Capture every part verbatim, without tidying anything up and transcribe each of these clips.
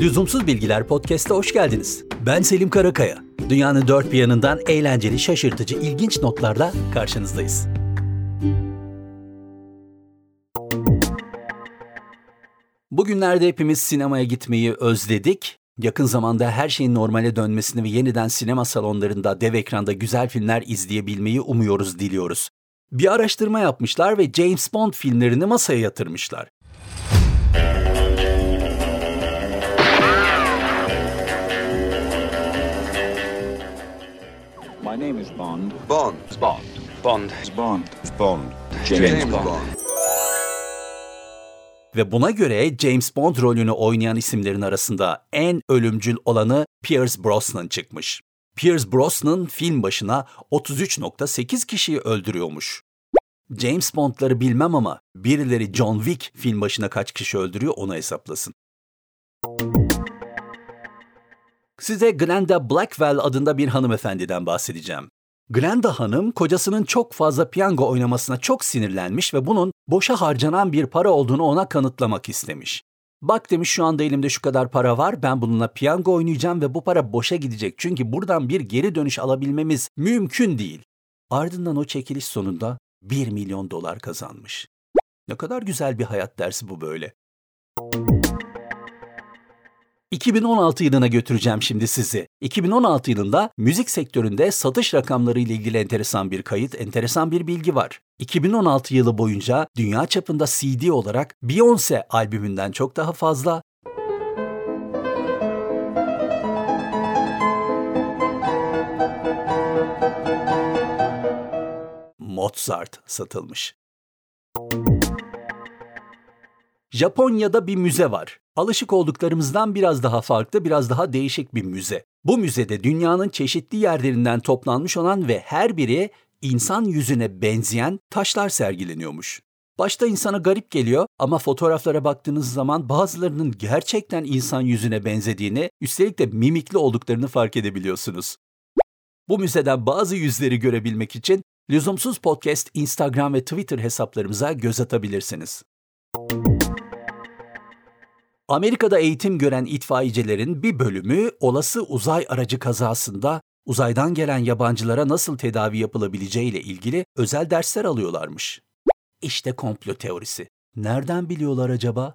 Lüzumsuz Bilgiler Podcast'a hoş geldiniz. Ben Selim Karakaya. Dünyanın dört bir yanından eğlenceli, şaşırtıcı, ilginç notlarla karşınızdayız. Bugünlerde hepimiz sinemaya gitmeyi özledik. Yakın zamanda her şeyin normale dönmesini ve yeniden sinema salonlarında, dev ekranda güzel filmler izleyebilmeyi umuyoruz, diliyoruz. Bir araştırma yapmışlar ve James Bond filmlerini masaya yatırmışlar. My name is Bond. Bond. Bond. Bond. Bond. Bond. James, James Bond. Bond. Ve buna göre James Bond rolünü oynayan isimlerin arasında en ölümcül olanı Pierce Brosnan çıkmış. Pierce Brosnan film başına otuz üç virgül sekiz kişiyi öldürüyormuş. James Bond'ları bilmem ama birileri John Wick film başına kaç kişi öldürüyor onu hesaplasın. Size Glenda Blackwell adında bir hanımefendiden bahsedeceğim. Glenda Hanım, kocasının çok fazla piyango oynamasına çok sinirlenmiş ve bunun boşa harcanan bir para olduğunu ona kanıtlamak istemiş. Bak demiş, şu anda elimde şu kadar para var, ben bununla piyango oynayacağım ve bu para boşa gidecek. Çünkü buradan bir geri dönüş alabilmemiz mümkün değil. Ardından o çekiliş sonunda bir milyon dolar kazanmış. Ne kadar güzel bir hayat dersi bu böyle. iki bin on altı yılına götüreceğim şimdi sizi. iki bin on altı yılında müzik sektöründe satış rakamları ile ilgili enteresan bir kayıt, enteresan bir bilgi var. iki bin on altı yılı boyunca dünya çapında C D olarak Beyoncé albümünden çok daha fazla, Mozart satılmış. Japonya'da bir müze var. Alışık olduklarımızdan biraz daha farklı, biraz daha değişik bir müze. Bu müzede dünyanın çeşitli yerlerinden toplanmış olan ve her biri insan yüzüne benzeyen taşlar sergileniyormuş. Başta insana garip geliyor ama fotoğraflara baktığınız zaman bazılarının gerçekten insan yüzüne benzediğini, üstelik de mimikli olduklarını fark edebiliyorsunuz. Bu müzeden bazı yüzleri görebilmek için Lüzumsuz Podcast Instagram ve Twitter hesaplarımıza göz atabilirsiniz. Amerika'da eğitim gören itfaiyecilerin bir bölümü olası uzay aracı kazasında uzaydan gelen yabancılara nasıl tedavi yapılabileceği ile ilgili özel dersler alıyorlarmış. İşte komplo teorisi. Nereden biliyorlar acaba?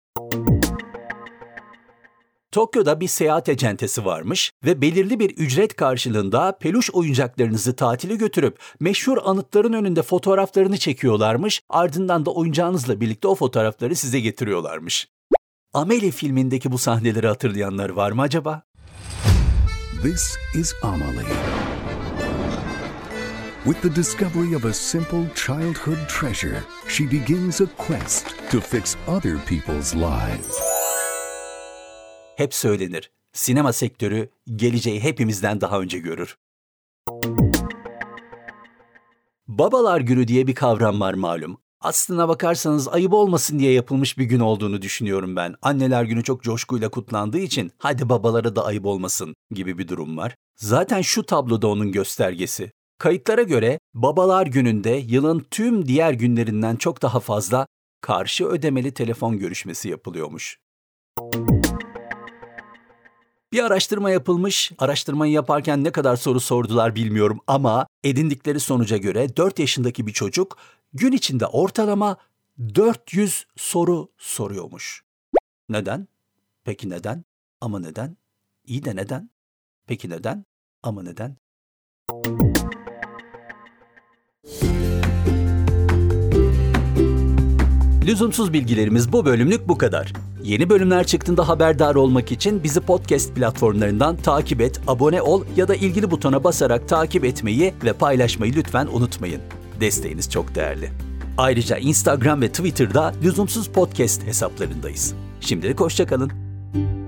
Tokyo'da bir seyahat acentesi varmış ve belirli bir ücret karşılığında peluş oyuncaklarınızı tatile götürüp meşhur anıtların önünde fotoğraflarını çekiyorlarmış, ardından da oyuncağınızla birlikte o fotoğrafları size getiriyorlarmış. Amelie filmindeki bu sahneleri hatırlayanlar var mı acaba? This is Amelie. With the discovery of a simple childhood treasure, she begins a quest to fix other people's lives. Hep söylenir, sinema sektörü geleceği hepimizden daha önce görür. Babalar Günü diye bir kavram var malum. Aslına bakarsanız ayıp olmasın diye yapılmış bir gün olduğunu düşünüyorum ben. Anneler Günü çok coşkuyla kutlandığı için hadi babalara da ayıp olmasın gibi bir durum var. Zaten şu tabloda onun göstergesi. Kayıtlara göre Babalar Günü'nde yılın tüm diğer günlerinden çok daha fazla karşı ödemeli telefon görüşmesi yapılıyormuş. Bir araştırma yapılmış, araştırmayı yaparken ne kadar soru sordular bilmiyorum ama edindikleri sonuca göre dört yaşındaki bir çocuk gün içinde ortalama dört yüz soru soruyormuş. Neden? Peki neden? Ama neden? İyi de neden? Peki neden? Ama neden? Lüzumsuz bilgilerimiz bu bölümlük bu kadar. Yeni bölümler çıktığında haberdar olmak için bizi podcast platformlarından takip et, abone ol ya da ilgili butona basarak takip etmeyi ve paylaşmayı lütfen unutmayın. Desteğiniz çok değerli. Ayrıca Instagram ve Twitter'da Lüzumsuz Podcast hesaplarındayız. Şimdilik hoşça kalın.